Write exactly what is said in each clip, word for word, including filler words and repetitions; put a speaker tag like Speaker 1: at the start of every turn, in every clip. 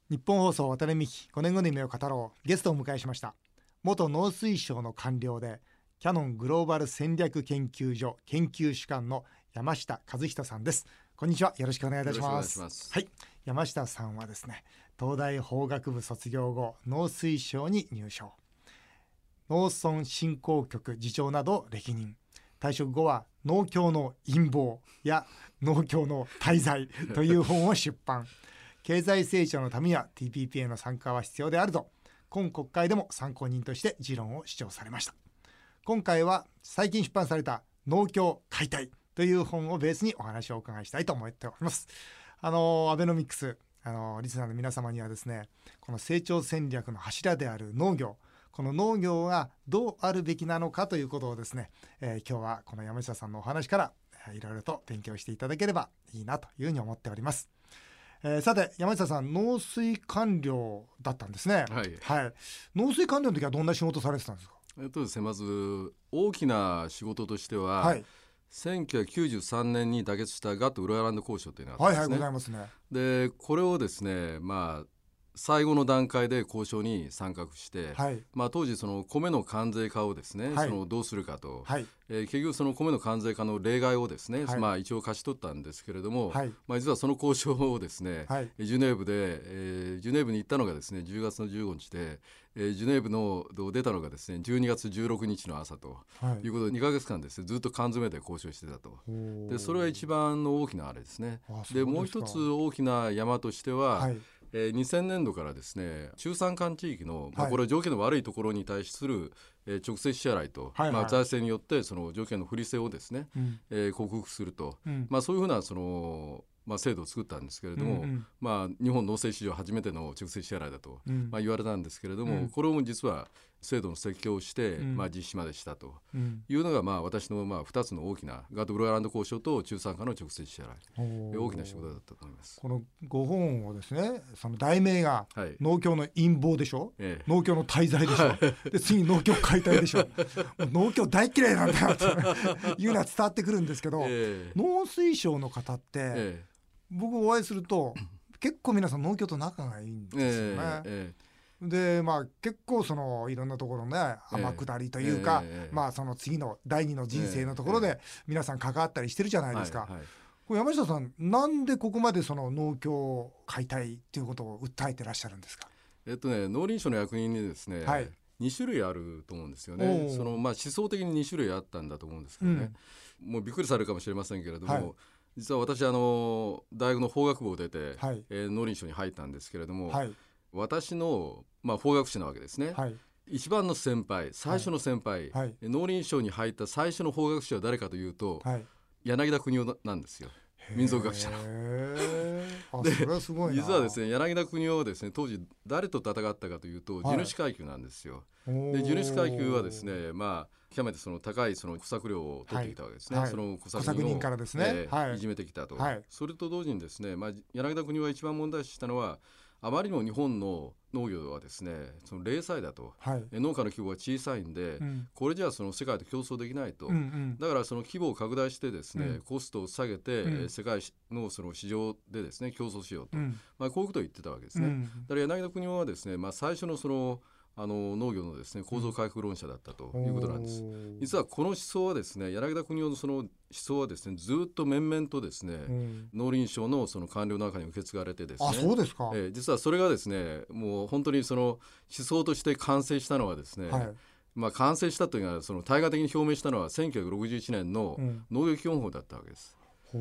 Speaker 1: 日本放送渡辺美希ごねんごの夢を語ろう。ゲストをお迎えしました。元農水省の官僚でキヤノングローバル戦略研究所研究主幹の山下和人さんです。こんにちは、よろしくお願いいたします。はい、山下さんはですね、東大法学部卒業後農水省に入省、農村振興局次長などを歴任。退職後は農協の陰謀や農協の大罪という本を出版経済成長のためには ティーピーピー への参加は必要であると今国会でも参考人として持論を主張されました。今回は最近出版された農協解体という本をベースにお話をお伺いしたいと思っております。あのアベノミクス、あのリスナーの皆様にはですね、この成長戦略の柱である農業、この農業がどうあるべきなのかということをですね、えー、今日はこの山下さんのお話からいろいろと勉強していただければいいなというふうに思っております。えー、さて山下さん、農水官僚だったんですね。
Speaker 2: はい、
Speaker 1: はい、農水官僚の時はどんな仕事されてたんですか？
Speaker 2: えっとですね、まず大きな仕事としては、はい、せんきゅうひゃくきゅうじゅうさんねんに妥結したガット・ウルアランド交渉というのがあったんですね。
Speaker 1: はいはい、ございますね。
Speaker 2: でこれをですね、まあ最後の段階で交渉に参画して、はい、まあ、当時その米の関税化をですね、はい、そのどうするかと、はい、えー、結局その米の関税化の例外をですね、はい、まあ、一応勝ち取ったんですけれども、はい、まあ、実はその交渉をですね、はい、ジュネーブで、えー、ジュネーブに行ったのがですねじゅうがつのじゅうごにちで、えー、ジュネーブの出たのがですねじゅうにがつじゅうろくにちの朝と、はい、いうことでにかげつかんですねずっと缶詰で交渉してたと。でそれは一番の大きなあれですね。でもう一つ大きな山としては、はい、えー、にせんねんどからですね中山間地域の、はい、まあ、これは条件の悪いところに対する、えー、直接支払いと、はいはい、まあ、財政によってその条件の不利性をですね、うん、えー、克服すると、うん、まあ、そういうふうなそのまあ、制度を作ったんですけれども、うんうん、まあ、日本農政史上初めての直接支払いだと、うん、まあ、言われたんですけれども、うん、これも実は制度の設計をして、うん、まあ、実施までしたというのが、まあ、私のまあふたつの大きなガット・ウルアランド交渉と中産化の直接支払い、大きな仕事だったと思います。
Speaker 1: このご本をですね、その題名が農協の陰謀でしょ、はい、農協の大罪でしょ、はい、で次農協解体でしょ農協大嫌いなんだよというのは伝わってくるんですけど、えー、農水省の方って、えー僕お会いすると結構皆さん農協と仲がいいんですよね。えーえー、でまあ結構そのいろんなところね天下りというか、えー、まあその次の第二の人生のところで皆さん関わったりしてるじゃないですか。はいはい、これ山下さん、なんでここまでその農協解体っていうことを訴えてらっしゃるんですか？
Speaker 2: えっとね農林省の役人にですね、はい、にしゅるいあると思うんですよね。そのまあ思想的ににしゅるいあったんだと思うんですけどね、うん、もうびっくりされるかもしれませんけれども、はい、実は私あの大学の法学部を出て、はい、えー、農林省に入ったんですけれども、はい、私の、まあ、法学士なわけですね、はい、一番の先輩最初の先輩、はい、農林省に入った最初の法学士は誰かというと、はい、柳田国男なんですよ。民族学者のでそれはすごいな。実はですね柳田国男はですね当時誰と戦ったかというと、はい、地主階級なんですよ。で地主階級はですね、まあ極めてその高いその小作料を取ってきたわけですね、はい、その小作人をからですね、えーはい、いじめてきたと、はい、それと同時にですね、まあ、柳田国男が一番問題視したのはあまりにも日本の農業はですねその零細だと、はい、農家の規模が小さいんで、うん、これじゃあその世界と競争できないと、うんうん、だからその規模を拡大してですね、うん、コストを下げて、うん、世界のその市場でですね競争しようと、うん、まあ、こういうことを言ってたわけですね、うん、だから柳田国男はですね、まあ、最初のそのあの農業のですね構造回復論者だったということなんです。実はこの思想はですね柳田国男のその思想はですねずっと面々とですね、うん、農林省のその官僚の中に受け継がれてですね、
Speaker 1: あ、そうですか。
Speaker 2: えー、実はそれがですねもう本当にその思想として完成したのはですね、はい、まあ、完成したというのはその対外的に表明したのはせんきゅうひゃくろくじゅういちねんの農業基本法だったわけです。うん、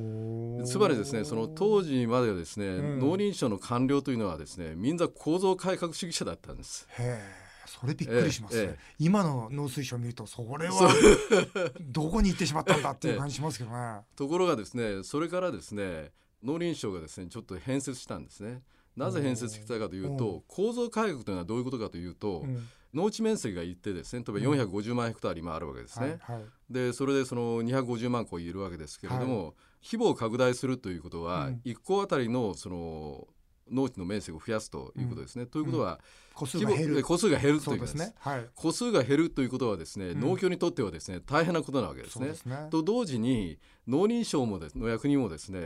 Speaker 2: つまりですねその当時まではですね、うん、農林省の官僚というのはですねみんな構造改革主義者だったんです。
Speaker 1: へー、それびっくりしますね、ええ、今の農水省を見るとそれはどこに行ってしまったんだっていう感じしますけどね、ええ、
Speaker 2: ところがですねそれからですね農林省がですねちょっと変節したんですね。なぜ変節したかというと構造改革というのはどういうことかというと、うん、農地面積が一定ですね例えばよんひゃくごじゅうまんヘクタール今あるわけですね、はいはい、でそれでそのにひゃくごじゅうまんこいるわけですけれども、はい、規模を拡大するということは、うん、いっこあたりのその農地の面積を増やすということですね、うん、ということは、うん、
Speaker 1: 個数が減る
Speaker 2: 個数が減るということですね、
Speaker 1: はい、
Speaker 2: 個数が減るということはですね、うん、農協にとってはですね大変なことなわけですね。そうですね。と同時に農林省もですの役人もですね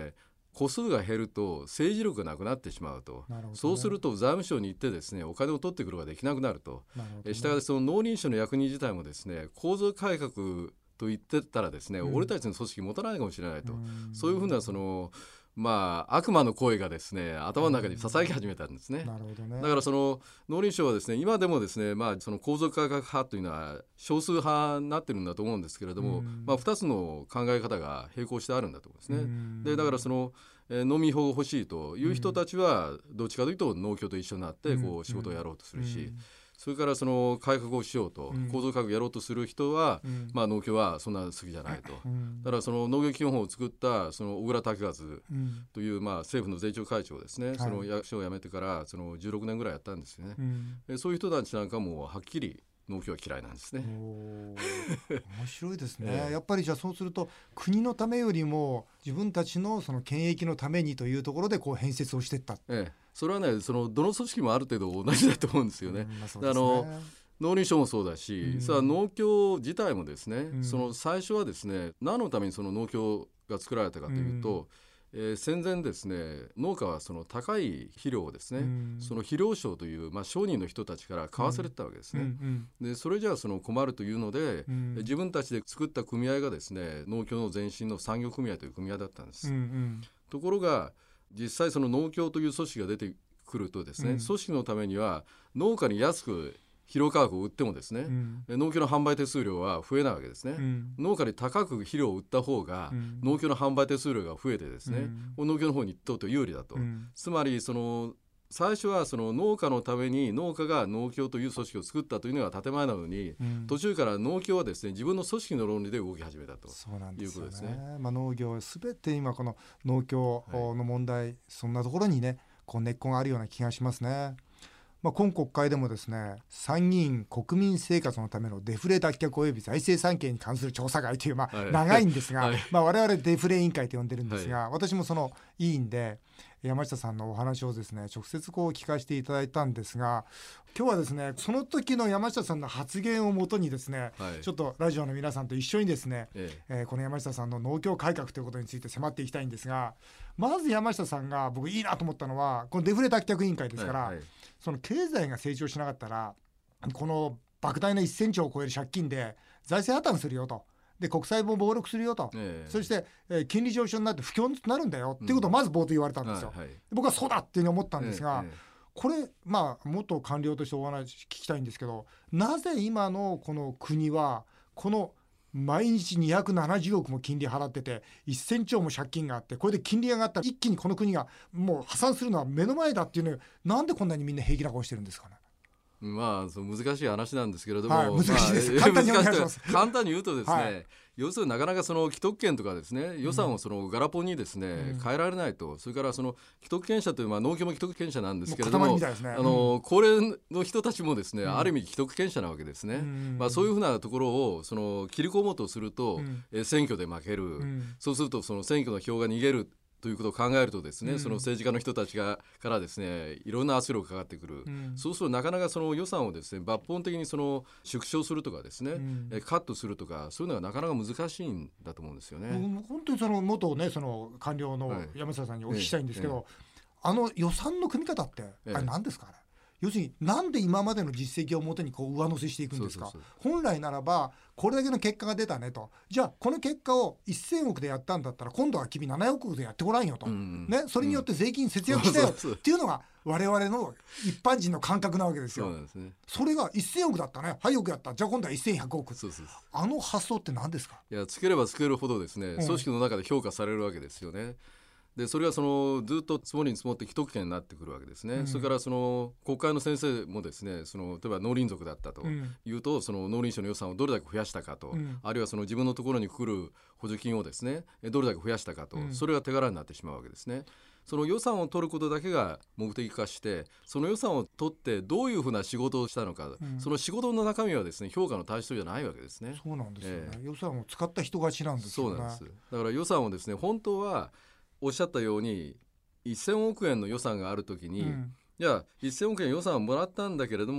Speaker 2: 戸数が減ると政治力がなくなってしまうと、ね、そうすると財務省に行ってですねお金を取ってくることができなくなると。ね、したがってその農林省の役人自体もですね構造改革と言ってたらですね、うん、俺たちの組織持たないかもしれないと、うそういうふうなそのまあ、悪魔の声がですね頭の中にささやき始めたんですね。
Speaker 1: なるほどね。
Speaker 2: だからその農林省はですね今でもですね、まあ、その構造改革派というのは少数派になってるんだと思うんですけれども、まあ、ふたつの考え方が並行してあるんだと思うんですね。でだからその、えー、農民法が欲しいという人たちはどっちかというと農協と一緒になってこう仕事をやろうとするし、それからその改革をしようと、うん、構造改革やろうとする人は、うんまあ、農協はそんな好きじゃないと、うん、だからその農業基本法を作ったその小倉武和という、まあ、政府の税調会長ですね、はい、その役所を辞めてからそのじゅうろくねんぐらいやったんですよね、うん、そういう人たちなんかもはっきり農協は嫌いなんですね。
Speaker 1: お面白いですね、ええ、やっぱりじゃあそうすると国のためよりも自分たちのその権益のためにというところでこう編設をしていった、
Speaker 2: ええ、それはねそのどの組織もある程度同じだと思うんですよね。うんまあそうですね、あの農林省もそうだし、うん、さあ農協自体もですね、うん、その最初はですね何のためにその農協が作られたかというと、うんえー、戦前ですね農家はその高い肥料をですね、うん、その肥料商という、まあ、商人の人たちから買わされてたわけですね、うんうん、でそれじゃあその困るというので、うん、自分たちで作った組合がですね農協の前身の産業組合という組合だったんです、うんうん、ところが実際その農協という組織が出てくるとですね、うん、組織のためには農家に安く肥料価格を売ってもですね、うん、農協の販売手数料は増えないわけですね、うん、農家に高く肥料を売った方が、うん、農協の販売手数料が増えてですね、うん、農協の方にとって有利だと、うん、つまりその最初はその農家のために農家が農協という組織を作ったというのが建前なのに、うん、途中から農協はですね自分の組織の論理で動き始めたということですね。
Speaker 1: まあ、農業すべて今この農協の問題、はい、そんなところにねこう根っこがあるような気がしますね。まあ、今国会でもですね参議院国民生活のためのデフレ脱却及び財政再建に関する調査会という、まあ、長いんですが、はいまあ、我々デフレ委員会と呼んでるんですが、はい、私もその委員で山下さんのお話をですね直接こう聞かせていただいたんですが、今日はですねその時の山下さんの発言をもとにですね、はい、ちょっとラジオの皆さんと一緒にですね、えええー、この山下さんの農協改革ということについて迫っていきたいんですが、まず山下さんが僕いいなと思ったのはこのデフレ脱却委員会ですから、はいはい、その経済が成長しなかったらこの莫大なせんちょうを超える借金で財政破綻するよと、で国債も暴力するよと、えー、そして、えー、金利上昇になって不況になるんだよっていうことをまず冒頭言われたんですよ、うんはいはい、僕はそうだっていうふうに思ったんですが、えーえー、これまあ元官僚としてお話聞きたいんですけど、なぜ今のこの国はこの毎日にひゃくななじゅうおくも金利払っててせんちょうも借金があって、これで金利上がったら一気にこの国がもう破産するのは目の前だっていうのに、なんでこんなにみんな平気な顔してるんですかね。
Speaker 2: まあ、そう難しい話なんですけれども、
Speaker 1: はい、難しいです、まあ、簡単にお願いします。
Speaker 2: 簡単に言うとですね、はい、要するになかなかその既得権とかですね予算をそのガラポンにですね、うん、変えられないと、それからその既得権者という、まあ、農協も既得権者なんですけれども、
Speaker 1: ね、
Speaker 2: あの、うん、高齢の人たちもですね、うん、ある意味既得権者なわけですね、うんまあ、そういうふうなところをその切り込もうとすると、うんえ選挙で負ける、うん、そうするとその選挙の票が逃げるということを考えるとですね、うん、その政治家の人たちがからですねいろんな圧力がかかってくる、うん、そうするとなかなかその予算をですね抜本的にその縮小するとかですね、うん、えカットするとかそういうのがなかなか難しいんだと思うんですよね。
Speaker 1: 本当にその元ねその官僚の山下さんにお聞きしたいんですけど、はいえええ、あの予算の組み方って、え、あれ何ですかね。要するになんで今までの実績をもとにこう上乗せしていくんですか。そうそうそう、本来ならばこれだけの結果が出たねと、じゃあこの結果をせんおくでやったんだったら今度は君ななおくでやってごらんよと、うんうんね、それによって税金節約したよっていうのが我々の一般人の感覚なわけですよ。
Speaker 2: そうなんですね。
Speaker 1: それがせんおくだったね、はいよくやった、じゃあ今度はせんひゃくおく、そうそうそう、あの発想って何ですか。
Speaker 2: いやつければつけるほどですね、うん、組織の中で評価されるわけですよね。でそれはそのずっと積もりに積もって既得権になってくるわけですね、うん、それからその国会の先生もですね、その例えば農林族だったというと、うん、その農林省の予算をどれだけ増やしたかと、うん、あるいはその自分のところに来る補助金をですねどれだけ増やしたかと、うん、それが手柄になってしまうわけですね。その予算を取ることだけが目的化して、その予算を取ってどういうふうな仕事をしたのか、うん、その仕事の中身はですね評価の対象じゃないわけですね。
Speaker 1: そうなんですよね、えー、予算を使った人勝ちなんですよね。
Speaker 2: そうなんです。だから予算をですね本当はおっしゃったようにせんおくえんの予算があるときに、うん、いやせんおくえん予算をもらったんだけれども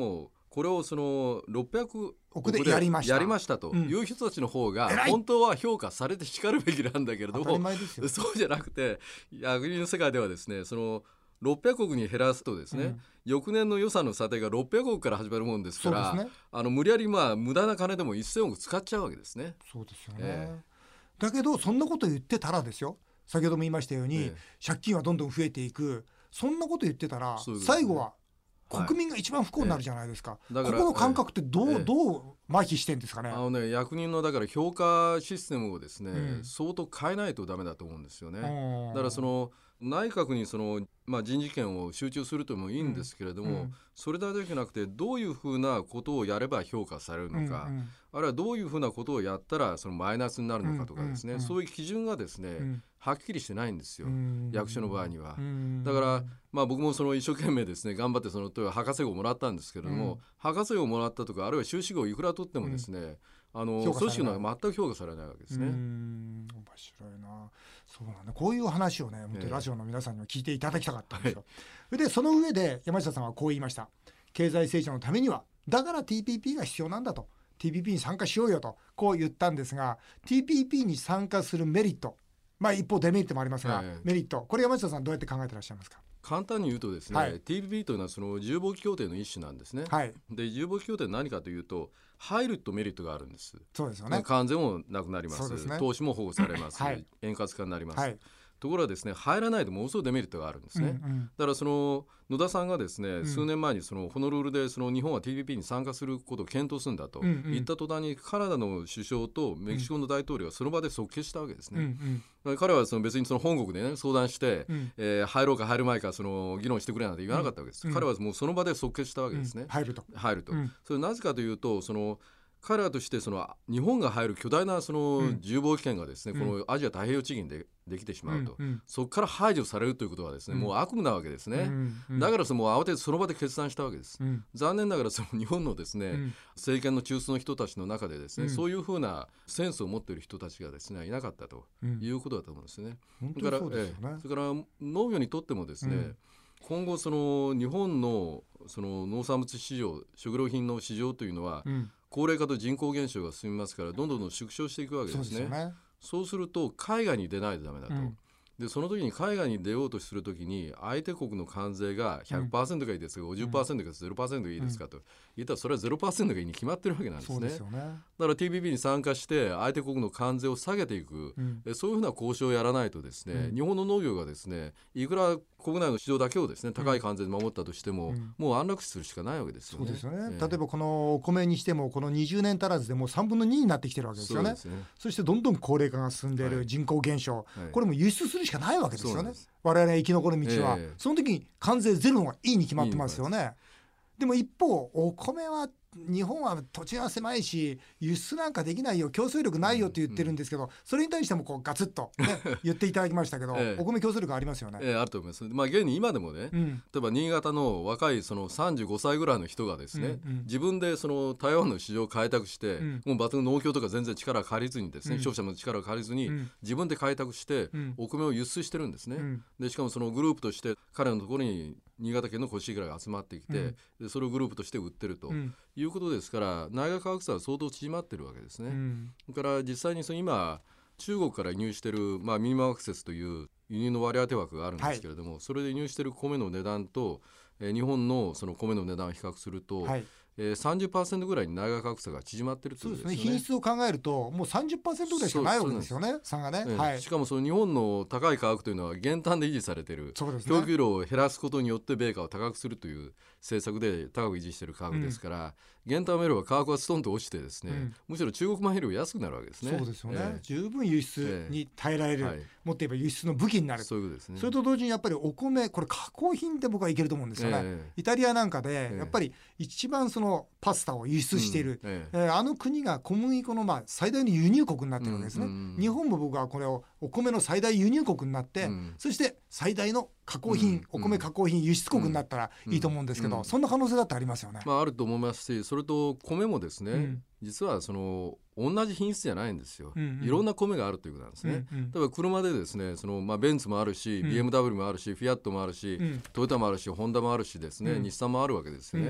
Speaker 2: これをそのろっぴゃくおく
Speaker 1: でやりました
Speaker 2: やりましたという人たちの方が本当は評価されてしかるべきなんだけれども、そうじゃなくて役人の世界ではですね、そのろっぴゃくおくに減らすとですね、うん、翌年の予算の査定がろっぴゃくおくから始まるもんですから、ね、あの無理やりまあ無駄な金でもせんおく使っちゃうわけですね。
Speaker 1: そうですよね、えー、だけどそんなこと言ってたらですよ、先ほども言いましたように、えー、借金はどんどん増えていく、そんなこと言ってたら、ね、最後は国民が一番不幸になるじゃないですか、はい、だからここの感覚ってどう、えー、どう麻痺してんですかね。
Speaker 2: あのね、役人のだから評価システムをですね、うん、相当変えないとダメだと思うんですよね。だからその内閣にその、まあ、人事権を集中するともいいんですけれども、うんうん、それだけじゃなくてどういうふうなことをやれば評価されるのか、うんうん、あるいはどういうふうなことをやったらそのマイナスになるのかとかですね、うんうんうん、そういう基準がですね、うん、はっきりしてないんですよ、うん、役所の場合には、うん、だから、まあ、僕もその一生懸命ですね頑張ってその博士号をもらったんですけれども、うん、博士号をもらったとかあるいは修士号をいくら取ってもですね、うんあの組織の全く評価されないわけですね。うーん、
Speaker 1: 面白いな。そうなんだ。こういう話をね、本当にラジオの皆さんには聞いていただきたかったんですよ。はい、でその上で山下さんはこう言いました。経済成長のためにはだから ティーピーピー が必要なんだと、 ティーピーピー に参加しようよとこう言ったんですが、 ティーピーピー に参加するメリット、まあ一方デメリットもありますが、ええ、メリット、これ山下さんどうやって考えてらっしゃいますか。
Speaker 2: 簡単に言うとですね、はい、ティーピーピー というのはその自由貿易協定の一種なんですね、はい、で自由貿易協定は何かというと入るとメリットがあるんです。
Speaker 1: そうですよね。
Speaker 2: 関税もなくなります、ね、投資も保護されます、はい、円滑化になります、はい、ところがですね入らないとものすごいデメリットがあるんですね、うんうん、だからその野田さんがですね、うん、数年前にそのホノルルでその日本は ティーピーピー に参加することを検討するんだと言った途端にカナダの首相とメキシコの大統領がその場で即決したわけですね、うんうん、彼はその別にその本国で、ね、相談して、うんえー、入ろうか入る前かその議論してくれなんて言わなかったわけです、うん、彼はもうその場で即決したわけですね、うん、
Speaker 1: 入ると
Speaker 2: 入ると、うん、それなぜかというとその彼らとしてその日本が入る巨大なその自由貿易圏がですね、うん、このアジア太平洋地域でできてしまうと、うんうん、そこから排除されるということはですね、うん、もう悪夢なわけですね、うんうん、だからそのもう慌ててその場で決断したわけです、うん、残念ながらその日本のですね、うん、政権の中枢の人たちの中でですね、うん、そういうふうなセンスを持っている人たちがですねいなかったということだと思うんですね、
Speaker 1: うん、だからそうですよね、
Speaker 2: ええ、それから農業にとってもですね、うん今後その日本のその農産物市場食料品の市場というのは、うん高齢化と人口減少が進みますからどんどんどん縮小していくわけですね。そうですよね。そうすると海外に出ないとダメだと、うん、でその時に海外に出ようとする時に相手国の関税が ひゃくパーセント がいいですか、うん、ごじゅっパーセント か ゼロパーセント がいいですかと言ったらそれは ゼロパーセント がいいに決まってるわけなんですね。
Speaker 1: そうですよね。
Speaker 2: だから ティーピーピー に参加して相手国の関税を下げていく、うん、そういうふうな交渉をやらないとですね、うん、日本の農業がですねいくら国内の市場だけをですね高い関税で守ったとしても、うん、もう安楽死するしかないわけですよね。
Speaker 1: そうですよね、えー、例えばこのお米にしてもこのにじゅうねん足らずでもうさんぶんのにになってきてるわけですよ ね, そ, ですねそしてどんどん高齢化が進んでいる、はい、人口減少、はい、これも輸出するしかないわけですよね。我々が生き残る道は、えー、その時に関税ゼロの方がいいに決まってますよね。でも一方お米は日本は土地が狭いし輸出なんかできないよ競争力ないよって言ってるんですけど、うんうん、それに対してもこうガツッと、ね、言っていただきましたけど、ええ、お米競争力ありますよね。
Speaker 2: ええ、あると思います、まあ、現に今でもね、うん、例えば新潟の若いそのさんじゅうごさいぐらいの人がですね、うんうん、自分でその台湾の市場を開拓して、うん、もう抜群農協とか全然力借りずにですね、うん、消費者の力を借りずに、うん、自分で開拓して、うん、お米を輸出してるんですね、うん、でしかもそのグループとして彼のところに新潟県のコシヒカリが集まってきて、うん、でそれをグループとして売ってると、うん、いうことですから内外価格差は相当縮まってるわけですね、うん、だから実際にその今中国から輸入してる、まあ、ミニマムアクセスという輸入の割り当て枠があるんですけれども、はい、それで輸入してる米の値段と、えー、日本のその米の値段を比較すると、はいえー、さんじゅっパーセント ぐらいに内外価格差が縮まってるということですね。
Speaker 1: そうですね。品質を考えるともう さんじゅっパーセント ぐらいしかないわけですよね、差がね、
Speaker 2: えー
Speaker 1: はい、
Speaker 2: しかもその日本の高い価格というのは減反で維持されている、そうですね、供給量を減らすことによって米価を高くするという政策で高く維持している価格ですから、うん、減反を埋めれば価格はストンと落ちてですね、うん、むしろ中国米より安くなるわけですね。
Speaker 1: そうですよね、えー、十分輸出に耐えられる、えーはい、もっと言えば輸出の武器になる。
Speaker 2: そういうことですね。
Speaker 1: それと同時にやっぱりお米これ加工品って僕はいけると思うんですよね、えー、イタリアなんかでやっぱり一番そのパスタを輸出している、うんえーえー、あの国が小麦粉のまあ最大の輸入国になってるわけですね、うんうんうん、日本も僕はこれをお米の最大輸入国になって、うん、そして最大の加工品、うん、お米加工品輸出国になったらいいと思うんですけど、うんうん、そんな可能性だってありますよね。
Speaker 2: まあ、あると思いますし、それと米もですね、うん、実はその同じ品質じゃないんですよ、うんうん、いろんな米があるということなんですね、うんうん、例えば車でですねその、まあ、ベンツもあるし、うん、ビーエムダブリュー もあるしフィアットもあるし、うん、トヨタもあるしホンダもあるしですね、うん、日産もあるわけですよね、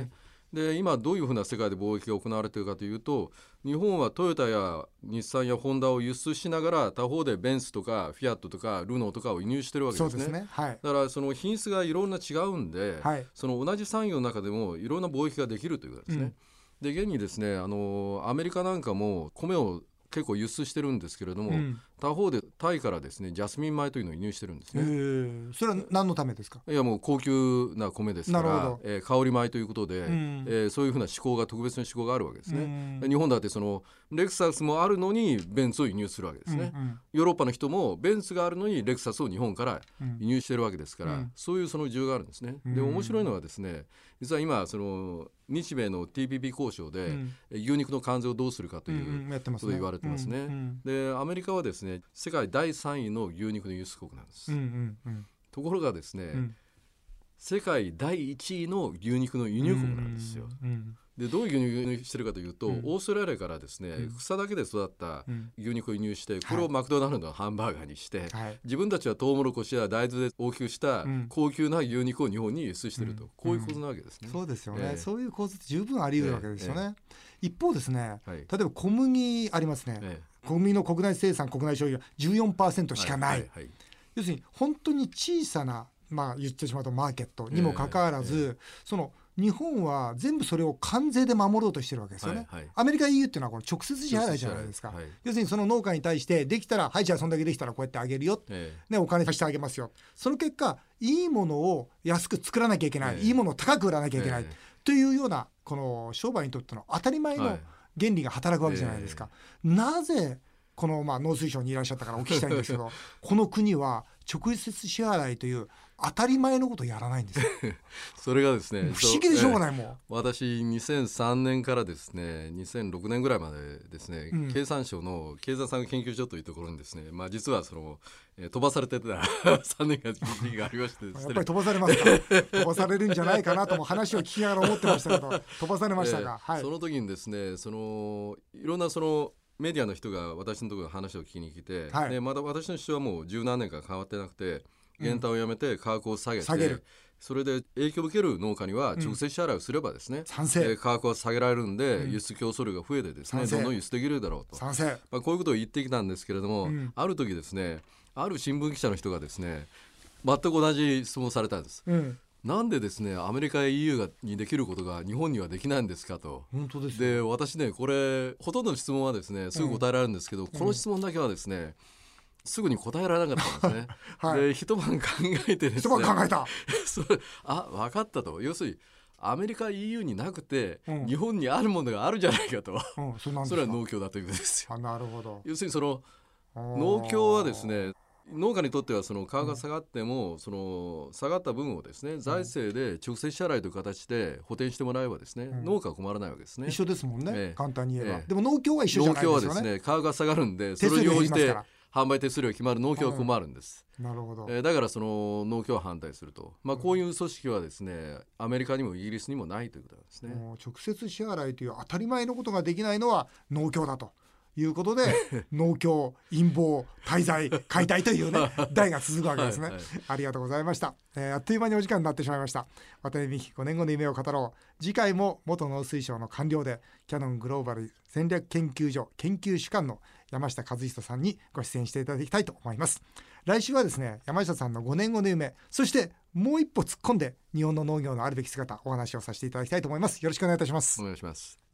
Speaker 2: で今どういうふうな世界で貿易が行われているかというと、日本はトヨタや日産やホンダを輸出しながら他方でベンツとかフィアットとかルノーとかを輸入してるわけですね。
Speaker 1: そうですね、はい、
Speaker 2: だからその品質がいろんな違うんで、はい、その同じ産業の中でもいろんな貿易ができるということですね、うん、で現にですね、あのアメリカなんかも米を結構輸出してるんですけれども、うん、他方でタイからですねジャスミン米というのを輸入してるんですね。
Speaker 1: へー、それは何のためですか？
Speaker 2: いやもう高級な米ですから、えー、香り米ということで、うん、えー、そういうふうな嗜好が特別な嗜好があるわけですね、うん、日本だってそのレクサスもあるのにベンツを輸入するわけですね、うんうん、ヨーロッパの人もベンツがあるのにレクサスを日本から輸入してるわけですから、うん、そういうその需要があるんですね。で面白いのはですね、実は今その日米の ティーピーピー 交渉で、うん、牛肉の関税をどうするかということを言われてますね、うんうん、でアメリカはですね世界だいさんいの牛肉の輸出国なんです、うんうんうん、ところがですね、うん、世界だいいちいの牛肉の輸入国なんですよ、うんうん、でどういう輸入してるかというと、うん、オーストラリアからですね、うん、草だけで育った牛肉を輸入して、うん、これをマクドナルドのハンバーガーにして、はい、自分たちはトウモロコシや大豆で大きくした高級な牛肉を日本に輸出していると、うん、こういうことなわけですね、
Speaker 1: うん、そうですよね、えー、そういう構図って十分あり得るわけですよね、えーえー、一方ですね、はい、例えば小麦ありますね、えー、小麦の国内生産国内消費が じゅうよんパーセント しかない、はいはいはい、要するに本当に小さな、まあ、言ってしまうとマーケットにもかかわらず、えーえー、その日本は全部それを関税で守ろうとしてるわけですよね、はいはい、アメリカ イーユー っていうのはこの直接支払いじゃないですか、はい、要するにその農家に対してできたらはいじゃあそんだけできたらこうやってあげるよ、えーね、お金貸してあげますよ。その結果いいものを安く作らなきゃいけない、えー、いいものを高く売らなきゃいけない、えー、というようなこの商売にとっての当たり前の原理が働くわけじゃないですか、はいえー、なぜこのまあ農水省にいらっしゃったからお聞きしたいんですけどこの国は直接支払いという当たり前のことをやらないんですよ
Speaker 2: それがですね
Speaker 1: 不思議でしょうがないもん、えー、
Speaker 2: 私にせんさんねんからですねにせんろくねんぐらいまでですね、うん、経産省の経済産業研究所というところにですね、まあ、実はその、えー、飛ばされてたさんねんかん時期がありましてですね
Speaker 1: やっぱり飛ばされますか飛ばされるんじゃないかなとも話を聞きながら思ってましたけど飛ばされましたが、
Speaker 2: えーはい、その時にですねそのいろんなそのメディアの人が私のところに話を聞きに来て、はい、でまだ私の主張はもう十何年間変わってなくて減反をやめて価格を下げて、下げるそれで影響を受ける農家には直接支払いをすればですね、うん、賛成、価格は下げられるんで、うん、輸出競争量が増えてですねどんどん輸出できるだろうと、賛成、まあ、こういうことを言ってきたんですけれども、うん、ある時ですねある新聞記者の人がですね全く同じ質問をされたんです、うん、なんでですねアメリカや イーユー がにできることが日本にはできないんですかと。
Speaker 1: 本当です
Speaker 2: で私ねこれほとんどの質問はですねすぐ答えられるんですけど、うん、この質問だけはですねすぐに答えられなかったんですね、はい、で一晩考えてですね
Speaker 1: 一晩考えた
Speaker 2: それあ分かったと。要するにアメリカ イーユー になくて、うん、日本にあるものがあるじゃないかと、うん、 そ, それは農協だということですよ。
Speaker 1: あ、なるほど。
Speaker 2: 要するにその農協はですね農家にとってはその価格が下がっても、うん、その下がった分をですね財政で直接支払いという形で補填してもらえばですね、うん、農家は困らないわけですね。
Speaker 1: 一緒ですもんね、ええ、簡単に言えば、ええ、でも農協は一緒じゃないですよね。
Speaker 2: 農協はですね価格が下がるんでそれに応じて販売手数料が決まる農協は困るんです、
Speaker 1: うん、なるほど、
Speaker 2: えー、だからその農協は反対すると、まあ、こういう組織はですねアメリカにもイギリスにもないということなんですね。
Speaker 1: もう直接支払いという当たり前のことができないのは農協だということで農協陰謀滞在解体というね代が続くわけですねはい、はい、ありがとうございました、えー、あっという間にお時間になってしまいました。渡辺美希ごねんごの夢を語ろう。次回も元農水省の官僚でキヤノングローバル戦略研究所研究主幹の山下和人さんにご出演していただきたいと思います。来週はですね山下さんのごねんごの夢、そしてもう一歩突っ込んで日本の農業のあるべき姿お話をさせていただきたいと思います。よろしくお願いいたします。
Speaker 2: お願いします。